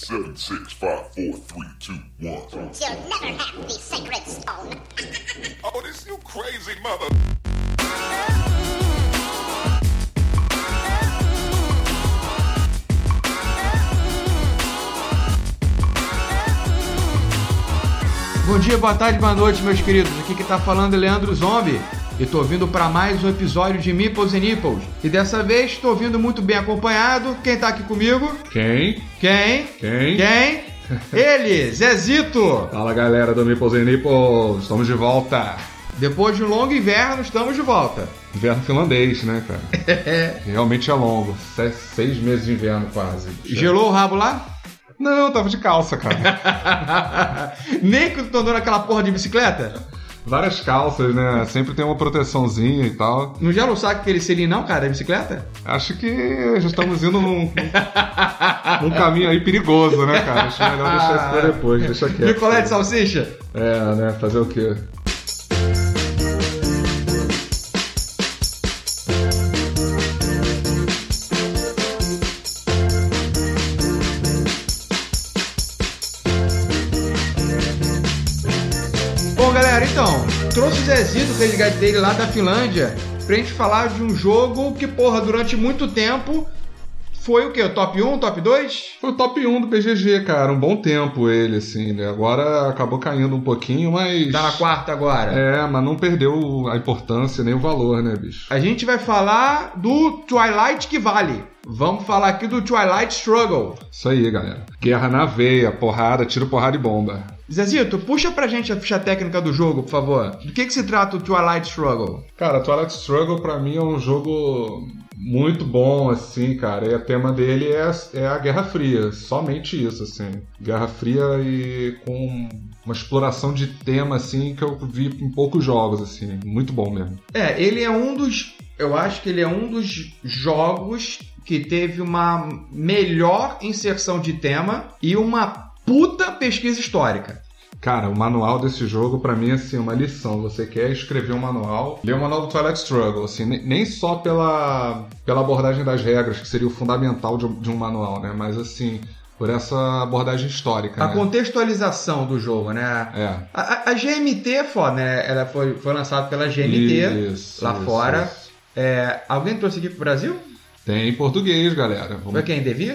7, 6, 5, 4, 3, 2, 1. You'll never have the sacred stone. Oh, this you crazy mother... Bom dia, boa tarde, boa noite, meus queridos. Aqui que tá falando é Leandro Zombie. E tô vindo para mais um episódio de Meeples and Nipples. E dessa vez tô vindo muito bem acompanhado. Quem tá aqui comigo? Quem? Ele, Zezito. Fala, galera do Meeples and Nipples. Estamos de volta. Depois de um longo inverno, estamos de volta. Inverno finlandês, né, cara? Realmente é longo. 6 meses de inverno quase. Gelou o rabo lá? Não, tava de calça, cara. Nem que tu andou naquela porra de bicicleta? Várias calças, né? Sempre tem uma proteçãozinha e tal. Não gela o saco aquele selinho não, cara, da bicicleta? Acho que já estamos indo num caminho aí perigoso, né, cara? Acho melhor deixar isso pra depois, deixa quieto. Picolé de salsicha? É, né? Fazer o quê? Bom, galera, então, trouxe o Zezito, o resgate dele lá da Finlândia, pra gente falar de um jogo que, porra, durante muito tempo foi o quê? O top 1, top 2? Foi o top 1 do BGG, cara. Um bom tempo ele, assim, né? Agora acabou caindo um pouquinho, mas... Tá na quarta agora. É, mas não perdeu a importância nem o valor, né, bicho? A gente vai falar do Twilight que vale. Vamos falar aqui do Twilight Struggle. Isso aí, galera. Guerra na veia, porrada, tiro, porrada e bomba. Zezito, puxa pra gente a ficha técnica do jogo, por favor. Do que se trata o Twilight Struggle? Cara, Twilight Struggle pra mim é um jogo muito bom, assim, cara. E o tema dele é a Guerra Fria. Somente isso, assim. Guerra Fria e com uma exploração de tema, assim, que eu vi em poucos jogos, assim. Muito bom mesmo. É, ele é um dos... Eu acho que ele é um dos jogos que teve uma melhor inserção de tema e uma puta pesquisa histórica. Cara, o manual desse jogo, pra mim, assim, é uma lição. Você quer escrever um manual, lê o manual do Twilight Struggle, assim, nem só pela abordagem das regras, que seria o fundamental de um manual, né? Mas, assim, por essa abordagem histórica, A né? contextualização do jogo, né? É. A GMT é foda, né? Ela foi lançada pela GMT lá fora. Isso. Alguém trouxe aqui pro Brasil? Tem em português, galera. Foi quem? Devir?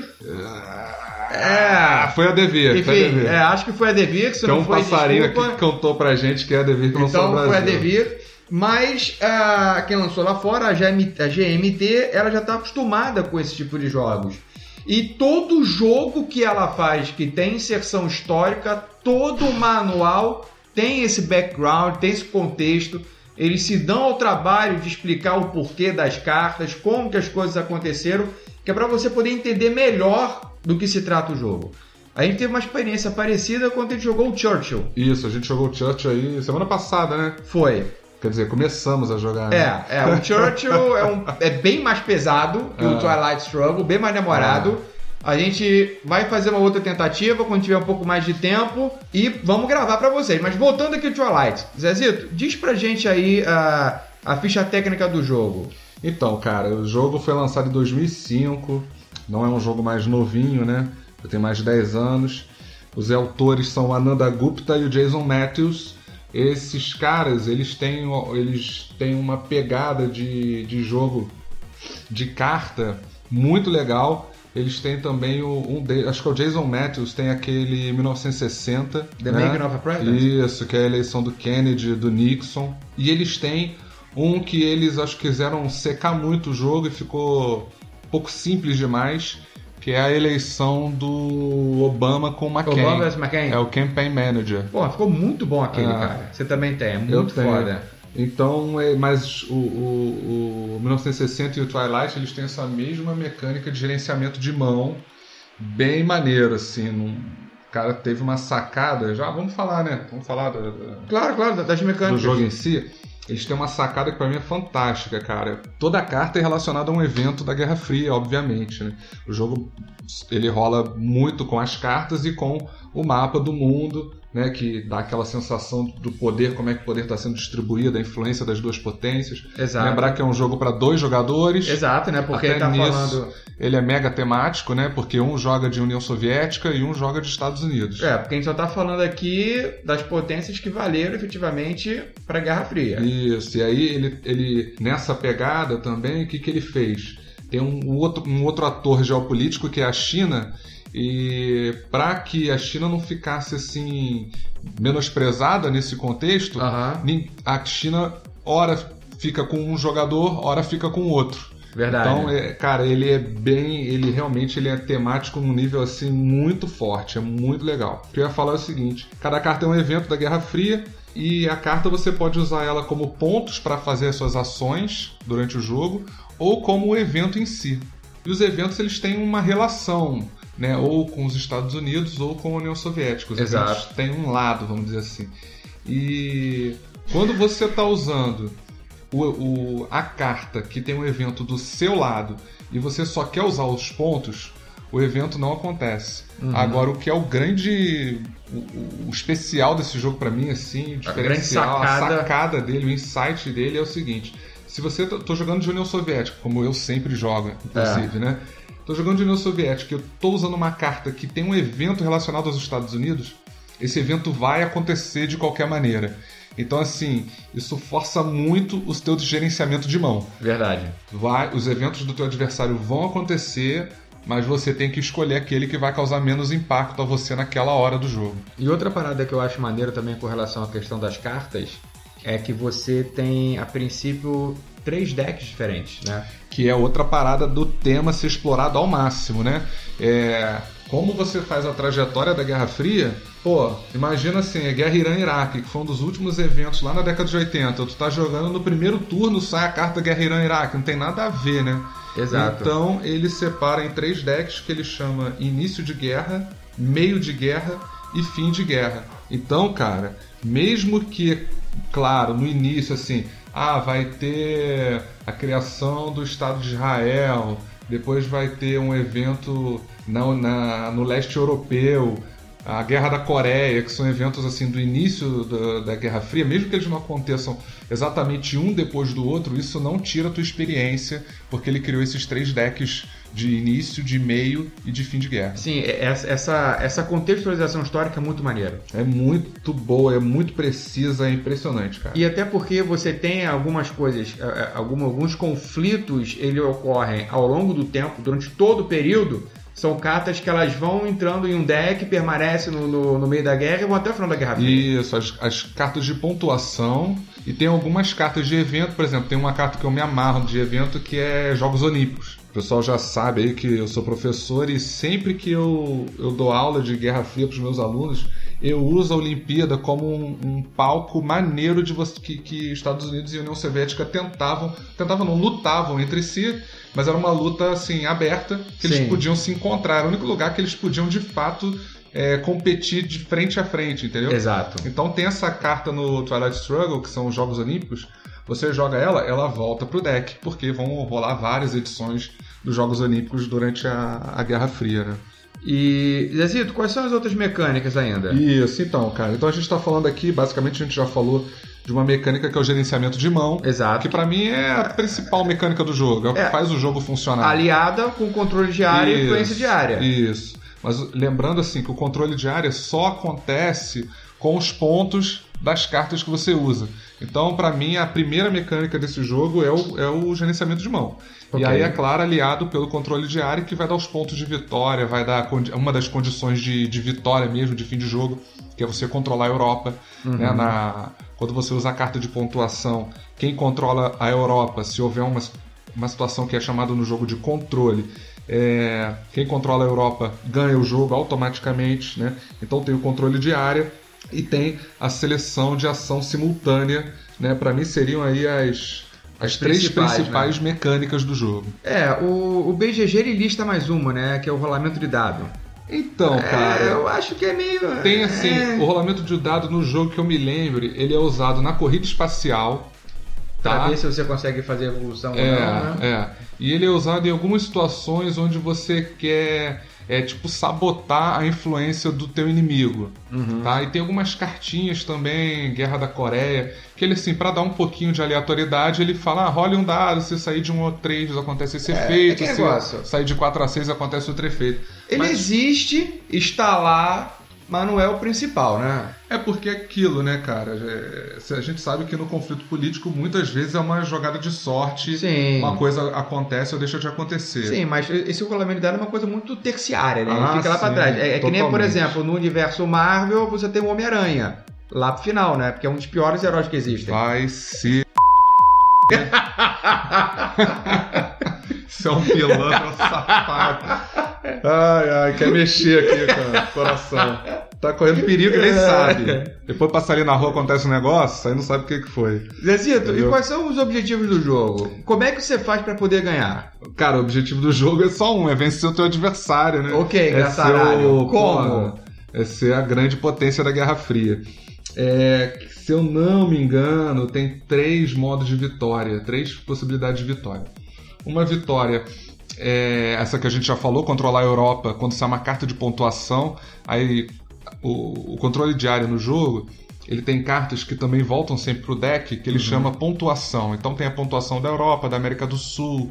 Foi a Devir. Enfim, acho que foi a Devir, se Tem não foi, passarinho desculpa. aqui que contou pra gente que é a Devir que lançou no Então Brasil. foi a Devir, mas quem lançou lá fora, a GMT, ela já está acostumada com esse tipo de jogos. E todo jogo que ela faz que tem inserção histórica, todo manual tem esse background, tem esse contexto. Eles se dão ao trabalho de explicar o porquê das cartas, como que as coisas aconteceram, que é para você poder entender melhor do que se trata o jogo. A gente teve uma experiência parecida quando a gente jogou o Churchill. Isso, a gente jogou o Churchill aí semana passada, né? Foi. Quer dizer, começamos a jogar, né? O Churchill é bem mais pesado que o Twilight Struggle, bem mais demorado. A gente vai fazer uma outra tentativa quando tiver um pouco mais de tempo e vamos gravar pra vocês. Mas voltando aqui ao Twilight, Zezito, diz pra gente aí a ficha técnica do jogo. Então, cara, o jogo foi lançado em 2005, não é um jogo mais novinho, né? Já tem mais de 10 anos. Os autores são o Ananda Gupta e o Jason Matthews. Esses caras, eles têm uma pegada de jogo de carta muito legal. Eles têm também acho que é o Jason Matthews, tem aquele 1960. The né? Making of a President? Isso, que é a eleição do Kennedy, do Nixon. E eles têm um que eles acho que quiseram secar muito o jogo e ficou um pouco simples demais, que é a eleição do Obama com o McCain. Obama vs McCain? É o Campaign Manager. Pô, ficou muito bom aquele, cara. Você também tem, é muito Eu tenho. foda. Então, mas o 1960 e o Twilight, eles têm essa mesma mecânica de gerenciamento de mão, bem maneiro, assim. O cara teve uma sacada, já vamos falar, né? Vamos falar Claro, das mecânicas. do jogo em si. Eles têm uma sacada que pra mim é fantástica, cara. Toda carta é relacionada a um evento da Guerra Fria, obviamente, né? O jogo, ele rola muito com as cartas e com o mapa do mundo, né, que dá aquela sensação do poder, como é que o poder está sendo distribuído, a influência das duas potências. Exato. Lembrar que é um jogo para 2 jogadores. Exato, né? Porque Até ele tá nisso, falando... ele é mega temático, né? Porque um joga de União Soviética e um joga de Estados Unidos. Porque a gente só tá falando aqui das potências que valeram efetivamente para a Guerra Fria. Isso, e aí ele nessa pegada também, o que ele fez? Tem um outro ator geopolítico que é a China, e para que a China não ficasse assim menosprezada nesse contexto, a China ora fica com um jogador, ora fica com outro. Verdade. Então, cara, ele realmente é temático num nível assim muito forte, é muito legal. O que eu ia falar é o seguinte: cada carta é um evento da Guerra Fria e a carta você pode usar ela como pontos para fazer as suas ações durante o jogo ou como o evento em si. E os eventos eles têm uma relação, né, ou com os Estados Unidos ou com a União Soviética. Os eventos têm um lado, vamos dizer assim. E quando você está usando a carta que tem um evento do seu lado e você só quer usar os pontos, o evento não acontece. Agora, o que é o grande... O especial desse jogo pra mim, assim, o diferencial, a sacada dele, o insight dele é o seguinte: se você... Tô jogando de União Soviética, como eu sempre jogo, inclusive, né? Tô jogando de União Soviética e eu tô usando uma carta que tem um evento relacionado aos Estados Unidos, esse evento vai acontecer de qualquer maneira. Então, assim, isso força muito o teu gerenciamento de mão. Verdade. Os eventos do teu adversário vão acontecer, mas você tem que escolher aquele que vai causar menos impacto a você naquela hora do jogo. E outra parada que eu acho maneira também com relação à questão das cartas é que você tem, a princípio, 3 decks diferentes, né? Que é outra parada do tema ser explorado ao máximo, né? Como você faz a trajetória da Guerra Fria, imagina assim, a Guerra Irã-Iraque, que foi um dos últimos eventos lá na década de 80, tu tá jogando no primeiro turno, sai a carta Guerra Irã-Iraque, não tem nada a ver, né? Exato. Então ele separa em 3 decks que ele chama início de guerra, meio de guerra e fim de guerra. Então, cara, mesmo que, claro, no início assim, vai ter a criação do Estado de Israel, depois vai ter um evento no leste europeu, a Guerra da Coreia, que são eventos assim do início da Guerra Fria, mesmo que eles não aconteçam exatamente um depois do outro, isso não tira a tua experiência, porque ele criou esses 3 decks de início, de meio e de fim de guerra. Sim, essa contextualização histórica é muito maneira. É muito boa, é muito precisa, é impressionante, cara. E até porque você tem algumas coisas, alguns conflitos, eles ocorrem ao longo do tempo, durante todo o período. São cartas que elas vão entrando em um deck, permanecem no meio da guerra e vão até o final da Guerra Fria. Isso, as cartas de pontuação. E tem algumas cartas de evento, por exemplo, tem uma carta que eu me amarro de evento que é Jogos Olímpicos. O pessoal já sabe aí que eu sou professor e sempre que eu dou aula de Guerra Fria para os meus alunos, eu uso a Olimpíada como um palco maneiro de que Estados Unidos e União Soviética lutavam entre si, mas era uma luta assim aberta, que eles podiam se encontrar, era o único lugar que eles podiam de fato competir de frente a frente, entendeu? Exato. Então tem essa carta no Twilight Struggle, que são os Jogos Olímpicos. Você joga ela volta pro deck, porque vão rolar várias edições dos Jogos Olímpicos durante a Guerra Fria, né? E, Zezito, quais são as outras mecânicas ainda? Isso, então, cara. Então a gente tá falando aqui, basicamente a gente já falou de uma mecânica que é o gerenciamento de mão. Exato. Que pra mim é a principal mecânica do jogo, é o que faz o jogo funcionar. Aliada com controle de área e influência de área. Isso. Mas lembrando assim que o controle de área só acontece com os pontos das cartas que você usa. Então, para mim, a primeira mecânica desse jogo é o gerenciamento de mão. Okay. E aí, é claro, aliado pelo controle de área, que vai dar os pontos de vitória, vai dar uma das condições de vitória mesmo, de fim de jogo, que é você controlar a Europa. Uhum. Né? Quando você usa a carta de pontuação, quem controla a Europa, se houver uma situação que é chamada no jogo de controle, quem controla a Europa ganha o jogo automaticamente, né? Então tem o controle de área e tem a seleção de ação simultânea, né? Para mim seriam aí as 3 principais, né, mecânicas do jogo. O BGG ele lista mais uma, né? Que é o rolamento de dado. Então, cara, eu acho que é meio... Tem assim, o rolamento de dado no jogo que eu me lembre, ele é usado na corrida espacial. Pra ver se você consegue fazer evolução ou não, né? E ele é usado em algumas situações onde você quer é tipo sabotar a influência do teu inimigo, tá? E tem algumas cartinhas também, Guerra da Coreia, que ele assim, pra dar um pouquinho de aleatoriedade, ele fala, role um dado, se sair de 1 a 3 acontece esse efeito, se sair de 4 a 6 acontece outro efeito. Ele existe, está lá, mas não é o principal, né? É porque é aquilo, né, cara? A gente sabe que no conflito político muitas vezes é uma jogada de sorte. Sim. Uma coisa acontece ou deixa de acontecer. Sim, mas esse regulamento é uma coisa muito terciária, né? Ah, fica lá pra sim, trás. É que nem, por totalmente. exemplo, no universo Marvel você tem o Homem-Aranha. Lá pro final, né? Porque é um dos piores heróis que existem. Vai se... Isso é um pilantra safado. Ai, quer mexer aqui, cara, coração. Tá correndo perigo e nem sabe. Depois passar ali na rua, acontece um negócio, aí não sabe o que foi. Zezito, Entendeu? e quais são os objetivos do jogo? Como é que você faz pra poder ganhar? Cara, o objetivo do jogo é só um, é vencer o teu adversário, né? Ok, é engraçaralho. Como? É ser a grande potência da Guerra Fria. Se eu não me engano, tem 3 modos de vitória, 3 possibilidades de vitória. Uma vitória essa que a gente já falou, controlar a Europa, quando sai uma carta de pontuação, aí o controle diário no jogo, ele tem cartas que também voltam sempre pro deck, que ele chama pontuação. Então tem a pontuação da Europa, da América do Sul,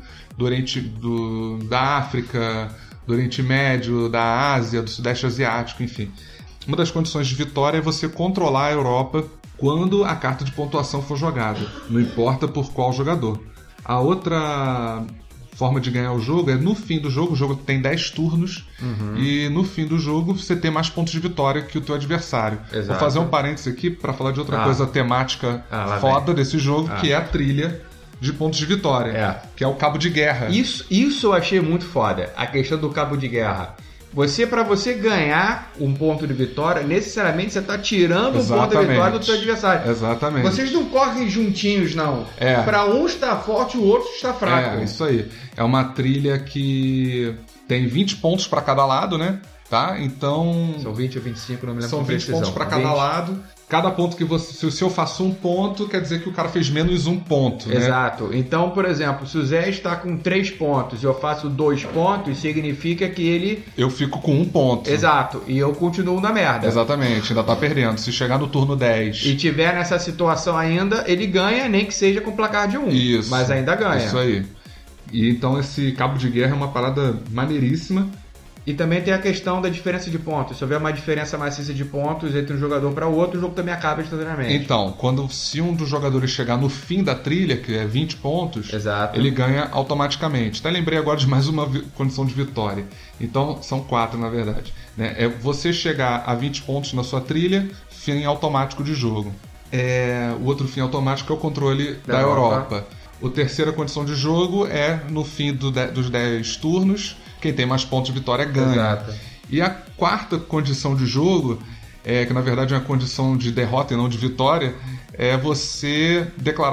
da África, do Oriente Médio, da Ásia, do Sudeste Asiático, enfim. Uma das condições de vitória é você controlar a Europa quando a carta de pontuação for jogada, não importa por qual jogador. A outra forma de ganhar o jogo é no fim do jogo, o jogo tem 10 turnos, e no fim do jogo você tem mais pontos de vitória que o teu adversário. Exato. Vou fazer um parênteses aqui para falar de outra coisa temática foda desse jogo, que é a trilha de pontos de vitória, que é o cabo de guerra. Isso eu achei muito foda, a questão do cabo de guerra. Pra você ganhar um ponto de vitória, necessariamente você está tirando um ponto de vitória do seu adversário. Exatamente. Vocês não correm juntinhos, não. Para um está forte, o outro está fraco. É, isso aí. É uma trilha que tem 20 pontos para cada lado, né? Tá? Então... São 20 ou 25, não me lembro. São 20 pontos para 20. cada lado. Cada ponto que você... Se eu faço um ponto, quer dizer que o cara fez menos um ponto, né? Exato. Então, por exemplo, se o Zé está com 3 pontos e eu faço 2 pontos, significa que ele... Eu fico com 1 ponto. Exato. E eu continuo na merda. Exatamente. Ainda tá perdendo. Se chegar no turno 10... E tiver nessa situação ainda, ele ganha, nem que seja com placar de 1. Isso. Mas ainda ganha. Isso aí. E então esse cabo de guerra é uma parada maneiríssima. E também tem a questão da diferença de pontos. Se houver uma diferença maciça de pontos entre um jogador para o outro, o jogo também acaba instantaneamente. Então, se um dos jogadores chegar no fim da trilha, que é 20 pontos, Exato. ele ganha automaticamente. Até lembrei agora de mais uma condição de vitória. Então, são 4, na verdade. Né? É você chegar a 20 pontos na sua trilha, fim automático de jogo. O outro fim automático é o controle da Europa. A terceira condição de jogo é no fim dos 10 turnos, quem tem mais pontos de vitória ganha. Exato. E a quarta condição de jogo, que na verdade é uma condição de derrota e não de vitória, é você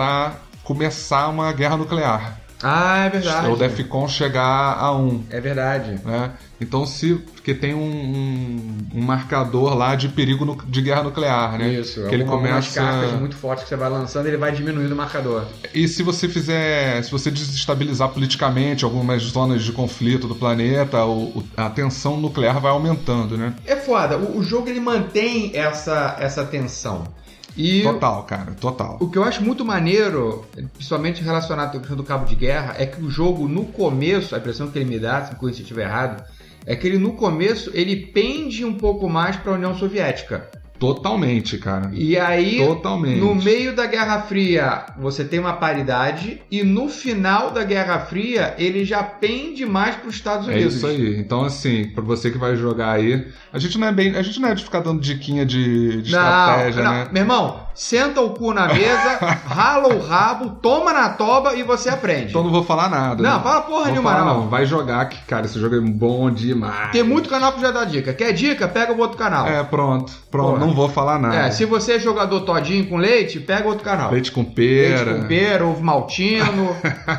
começar uma guerra nuclear. Ah, é verdade. O DEFCON chegar a 1. É verdade. Né? Então, porque tem um marcador lá de perigo de guerra nuclear, né? Isso, que ele algumas começa... cartas muito fortes que você vai lançando, ele vai diminuindo o marcador. E se você desestabilizar politicamente algumas zonas de conflito do planeta, a tensão nuclear vai aumentando, né? É foda, o jogo ele mantém essa tensão. E total, cara, total. O que eu acho muito maneiro, principalmente relacionado à questão do cabo de guerra, é que o jogo no começo, a impressão que ele me dá, se eu estiver errado, é que ele no começo ele pende um pouco mais para a União Soviética. Totalmente, cara. E aí, totalmente. No meio da Guerra Fria, você tem uma paridade, e no final da Guerra Fria, ele já pende mais para os Estados Unidos. É isso aí. Então, assim, para você que vai jogar aí, a gente não é de ficar dando diquinha de estratégia, né? Meu irmão, senta o cu na mesa, rala o rabo, toma na toba e você aprende. Então não vou falar nada. Não, fala porra nenhuma, não. Vai jogar que, cara, esse jogo é bom demais. Tem muito canal que já dá dica. Quer dica? Pega o outro canal. Pronto. Porra. Não vou falar nada. Se você é jogador todinho com leite, pega outro canal. Leite com pera, ovo maltino.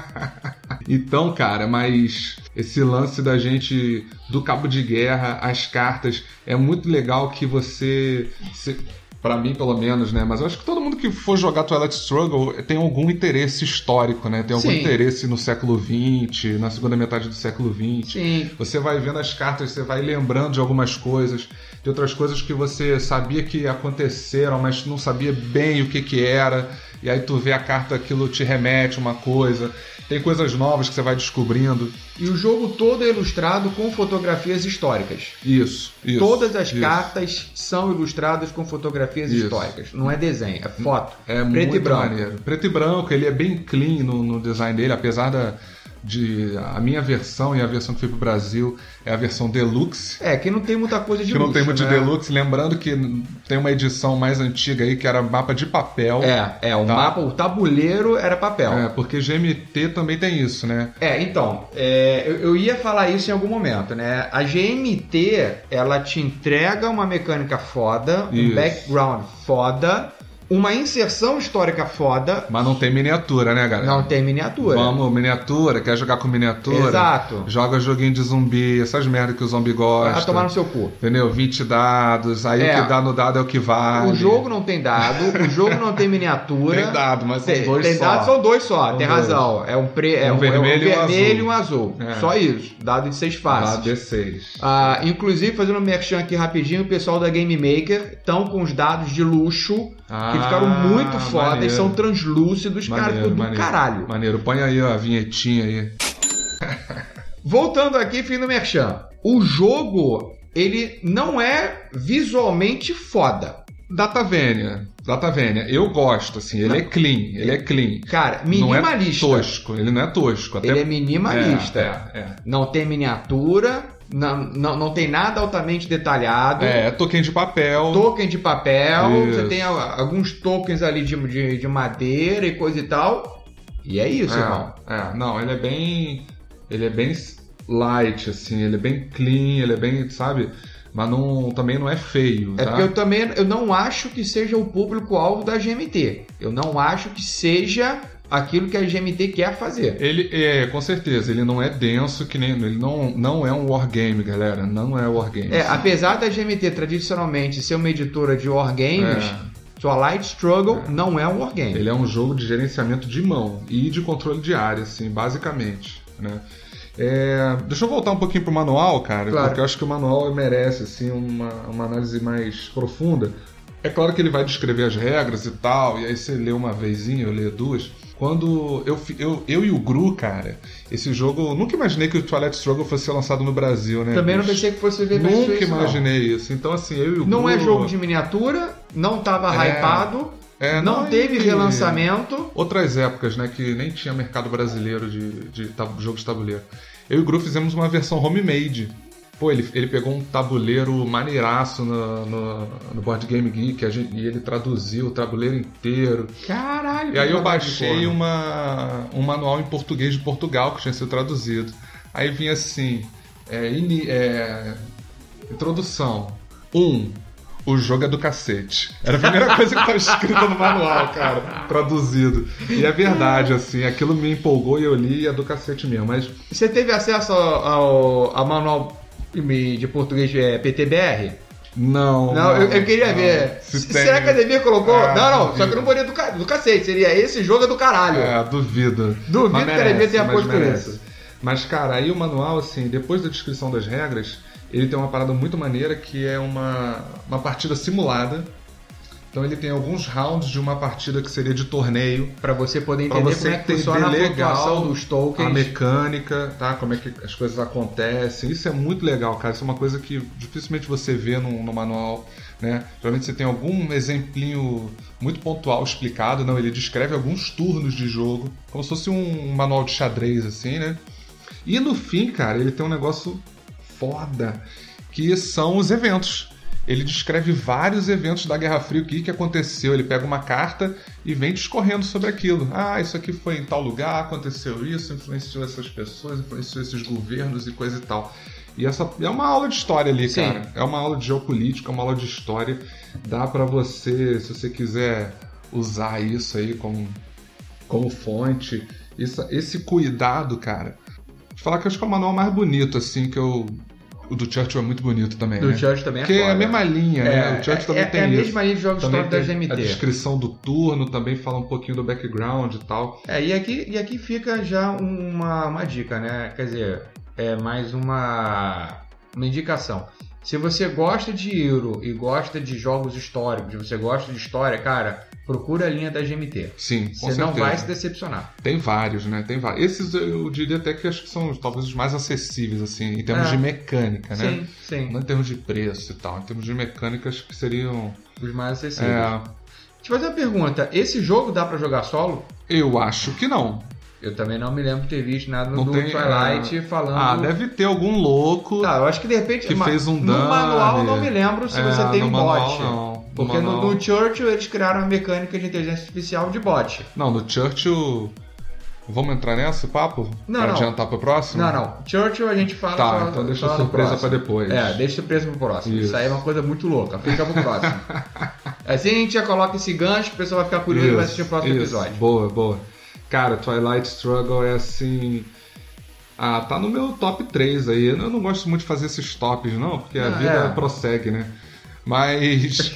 Então, cara, mas esse lance da gente, do cabo de guerra, as cartas, é muito legal que você Pra mim, pelo menos, né? Mas eu acho que todo mundo que for jogar Twilight Struggle tem algum interesse histórico, né? Tem algum Sim. interesse no século XX, na segunda metade do século XX. Sim. Você vai vendo as cartas, você vai lembrando de algumas coisas, de outras coisas que você sabia que aconteceram, mas não sabia bem o que era. E aí tu vê a carta, aquilo te remete a uma coisa. Tem coisas novas que você vai descobrindo. E o jogo todo é ilustrado com fotografias históricas. Isso. Todas as cartas são ilustradas com fotografias Isso. históricas. Não é desenho, é foto. É preto muito e branco. maneiro. Preto e branco, ele é bem clean no design dele, apesar de a minha versão e a versão que foi pro Brasil é a versão Deluxe. É, que não tem muita coisa de Que luxo, não tem muito né? de Deluxe, lembrando que tem uma edição mais antiga aí que era mapa de papel. O Tá. mapa, o tabuleiro era papel. É, porque GMT também tem isso, né? Então, eu ia falar isso em algum momento, né? A GMT, ela te entrega uma mecânica foda, um Isso. background foda, uma inserção histórica foda, Mas não tem miniatura, né, galera? não tem miniatura. Vamos, miniatura, quer jogar com miniatura? Exato. Joga joguinho de zumbi, essas merdas que o zombie gosta. Vai tomar no seu cu. Entendeu? 20 dados, aí o que dá no dado é o que vale. O jogo não tem dado, o jogo não tem miniatura. Tem dado, mas são Tem dois tem só. dado, são dois só, São tem dois. razão. É um vermelho e um azul. e um azul. É. Só isso. Dado de 6 faces. Dado D6. Inclusive, fazendo um merchan aqui rapidinho, o pessoal da Game Maker estão com os dados de luxo que ficaram muito foda maneiro. e são translúcidos, cara, ficou do Maneiro. caralho. Maneiro, põe aí ó, a vinhetinha aí. Voltando aqui, fim do merchan. O jogo, ele não é visualmente foda. Datavênia. Eu gosto, assim, ele é clean. Cara, minimalista. Não é tosco, ele não é tosco. Até... Ele é minimalista. É. Não tem miniatura, não tem nada altamente detalhado. Token de papel. Token de papel, Isso. você tem alguns tokens ali de madeira e coisa e tal. E é isso, irmão. Não, ele é bem light, assim, ele é bem clean, ele é bem, sabe? Mas também não é feio, tá? Porque eu não acho que seja o público-alvo da GMT. Eu não acho que seja aquilo que a GMT quer fazer. Ele com certeza, ele não é denso, que nem ele não é um wargame, galera. Não é wargame. Apesar da GMT tradicionalmente ser uma editora de wargames, Twilight Struggle não é um wargame. Ele é um jogo de gerenciamento de mão e de controle de área, assim, basicamente, né? Deixa eu voltar um pouquinho pro manual, cara, claro. Porque eu acho que o manual merece assim, uma análise mais profunda. É claro que ele vai descrever as regras e tal, e aí você lê uma vezinha, eu leio duas. Quando eu e o Gru, cara, esse jogo... Eu nunca imaginei que o Twilight Struggle fosse ser lançado no Brasil, né? Também não pensei que fosse ver Nunca isso, imaginei isso. Então, assim, eu e o não Gru... é jogo de miniatura, não tava hypado, não teve relançamento. Outras épocas, né, que nem tinha mercado brasileiro de jogo de tabuleiro. Eu e o Gru fizemos uma versão homemade. Pô, ele pegou um tabuleiro maneiraço no Board Game Geek e ele traduziu o tabuleiro inteiro. Caralho! E aí eu baixei um manual em português de Portugal que tinha sido traduzido. Aí vinha assim, introdução. O jogo é do cacete. Era a primeira coisa que estava escrita no manual, cara, traduzido. E é verdade, assim, aquilo me empolgou e eu li e é do cacete mesmo. Mas você teve acesso ao manual de português PTBR? Não, eu queria ver. Será que a Academia colocou? Não, só que não poderia do cacete. Seria esse jogo é do caralho. Duvido. Duvido que a Academia tenha posto por isso. Mas, cara, aí o manual, assim, depois da descrição das regras, ele tem uma parada muito maneira que é uma partida simulada. Então ele tem alguns rounds de uma partida que seria de torneio. Pra você poder entender como é que funciona a pontuação dos tokens. A mecânica, tá? Como é que as coisas acontecem. Isso é muito legal, cara. Isso é uma coisa que dificilmente você vê no manual, né? Geralmente você tem algum exemplinho muito pontual explicado. Não, ele descreve alguns turnos de jogo. Como se fosse um manual de xadrez, assim, né? E no fim, cara, ele tem um negócio foda, que são os eventos. Ele descreve vários eventos da Guerra Fria, o que aconteceu. Ele pega uma carta e vem discorrendo sobre aquilo. Isso aqui foi em tal lugar, aconteceu isso, influenciou essas pessoas, influenciou esses governos e coisa e tal. E essa é uma aula de história ali, Sim. cara. É uma aula de geopolítica, é uma aula de história. Dá pra você, se você quiser usar isso aí como fonte. Esse cuidado, cara. Vou falar que eu acho que é o manual mais bonito, assim, que eu O do Churchill é muito bonito também, Do né? Churchill também é Porque foda. é a mesma linha, né? O Churchill também tem a isso. mesma linha de jogos Também históricos da tem GMT. a descrição do turno, também fala um pouquinho do background e tal. E aqui fica já uma dica, né? Quer dizer, é mais uma indicação. Se você gosta de Euro e gosta de jogos históricos, você gosta de história, cara, procura a linha da GMT. Sim, com Você certeza. não vai se decepcionar. Tem vários, né? Tem vários. Esses eu diria até que acho que são talvez os mais acessíveis, assim, em termos de mecânica, né? Sim. Não em termos de preço e tal. Em termos de mecânica, acho que seriam... Os mais acessíveis. É, Deixa eu fazer uma pergunta. Esse jogo dá pra jogar solo? eu acho que não. Eu também não me lembro de ter visto nada Não do tem, Twilight falando... Ah, deve ter algum louco Tá, eu acho que de repente... que fez um dano. No manual não me lembro se você tem no um manual, bot. não. Porque no Churchill eles criaram uma mecânica de inteligência artificial de bot. Não, no Churchill... Vamos entrar nesse papo? Não, pra não. adiantar pro próximo? Não. Churchill a gente fala... Tá, então deixa a surpresa pra depois. Deixa a surpresa pro próximo. Isso. Isso aí é uma coisa muito louca. Fica pro próximo. Assim a gente já coloca esse gancho, o pessoal vai ficar curioso e vai assistir o próximo episódio. Boa. Cara, Twilight Struggle é assim... tá no meu top 3 aí. Eu não gosto muito de fazer esses tops, não, porque a vida prossegue, né? Mas...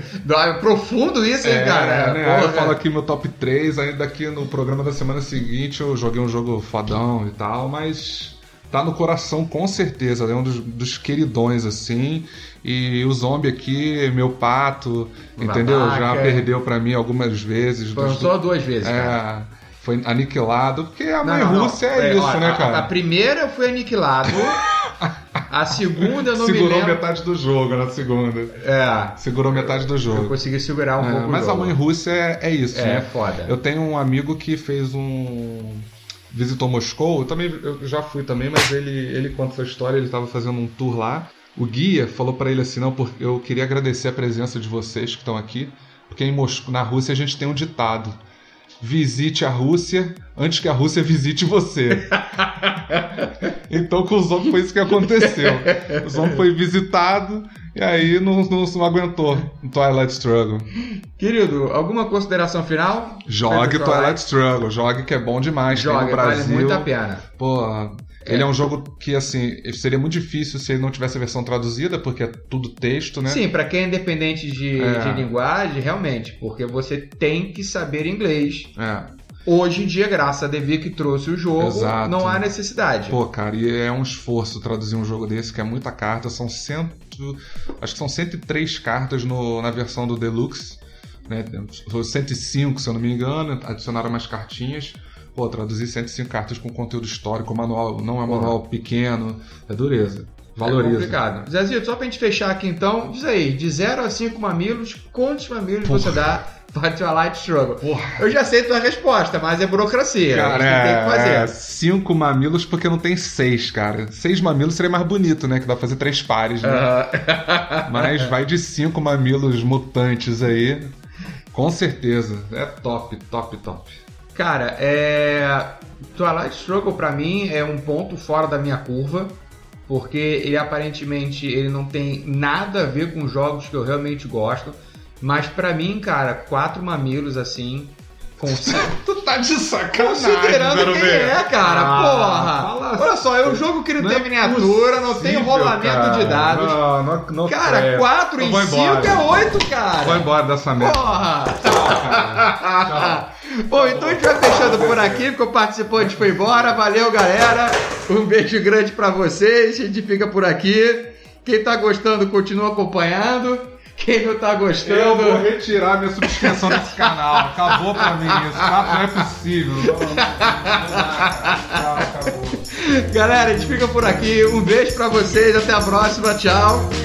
Profundo isso, hein, cara? Né? Aí eu falo aqui meu top 3, aí daqui no programa da semana seguinte eu joguei um jogo fodão e tal, mas tá no coração com certeza, é um dos queridões, assim. E o zombie aqui, meu pato, entendeu? Já perdeu pra mim algumas vezes. Foram só 2 vezes, cara. Foi aniquilado, porque a mãe Rússia é isso, né, cara? A primeira eu fui aniquilado, a segunda eu não me lembro. Segurou metade do jogo na segunda. Segurou metade do jogo. Eu consegui segurar um pouco mas o jogo. a mãe Rússia é isso, né? É foda. Eu tenho um amigo que fez visitou Moscou, eu já fui também, mas ele conta essa história, ele estava fazendo um tour lá. O guia falou para ele assim, não, porque eu queria agradecer a presença de vocês que estão aqui, porque em Moscou, na Rússia a gente tem um ditado: visite a Rússia antes que a Rússia visite você. Então com o Zombie foi isso que aconteceu. O Zombie foi visitado e aí não aguentou no Twilight Struggle. Querido, alguma consideração final? Jogue Twilight Struggle, jogue que é bom demais. Jogue, no Brasil, vale muito a pena. Pô, ele é um jogo que, assim, seria muito difícil se ele não tivesse a versão traduzida, porque é tudo texto, né? Sim, pra quem é independente de linguagem, realmente, porque você tem que saber inglês. Hoje em dia, graças a Devi que trouxe o jogo, não há necessidade. Pô, cara, e é um esforço traduzir um jogo desse, que é muita carta, acho que são 103 cartas na versão do Deluxe, né? 105, se eu não me engano, adicionaram mais cartinhas. Pô, traduzir 105 cartas com conteúdo histórico, manual, não é manual pequeno, é dureza. Valoriza. É complicado. Zezito, só pra gente fechar aqui então, diz aí, de 0 a 5 mamilos, quantos mamilos você dá para Twilight Struggle? Eu já sei a tua resposta, mas é burocracia. Cara, tem que fazer. 5 mamilos porque não tem 6, cara. 6 mamilos seria mais bonito, né? Que dá pra fazer 3 pares, né? Mas vai de 5 mamilos mutantes aí. Com certeza. É top. Cara, Twilight Struggle pra mim é um ponto fora da minha curva, porque ele aparentemente não tem nada a ver com jogos que eu realmente gosto, mas pra mim, cara, 4 mamilos assim... Tu tá de sacanagem, considerando quem é, cara, porra! Olha só, é um jogo que não tem miniatura, não tem rolamento de dados. Não cara, 4 em 5 é 8, cara! Vou embora dessa merda. Porra! Tchau. Bom, então a gente vai fechando por aqui, porque o participante foi embora. Valeu, galera! Um beijo grande pra vocês, a gente fica por aqui. Quem tá gostando, continua acompanhando. Quem não tá gostando... Eu vou retirar minha subscrição desse canal. Acabou pra mim isso. Não é possível. Acabou. Galera, a gente fica por aqui. Um beijo pra vocês. Até a próxima. Tchau.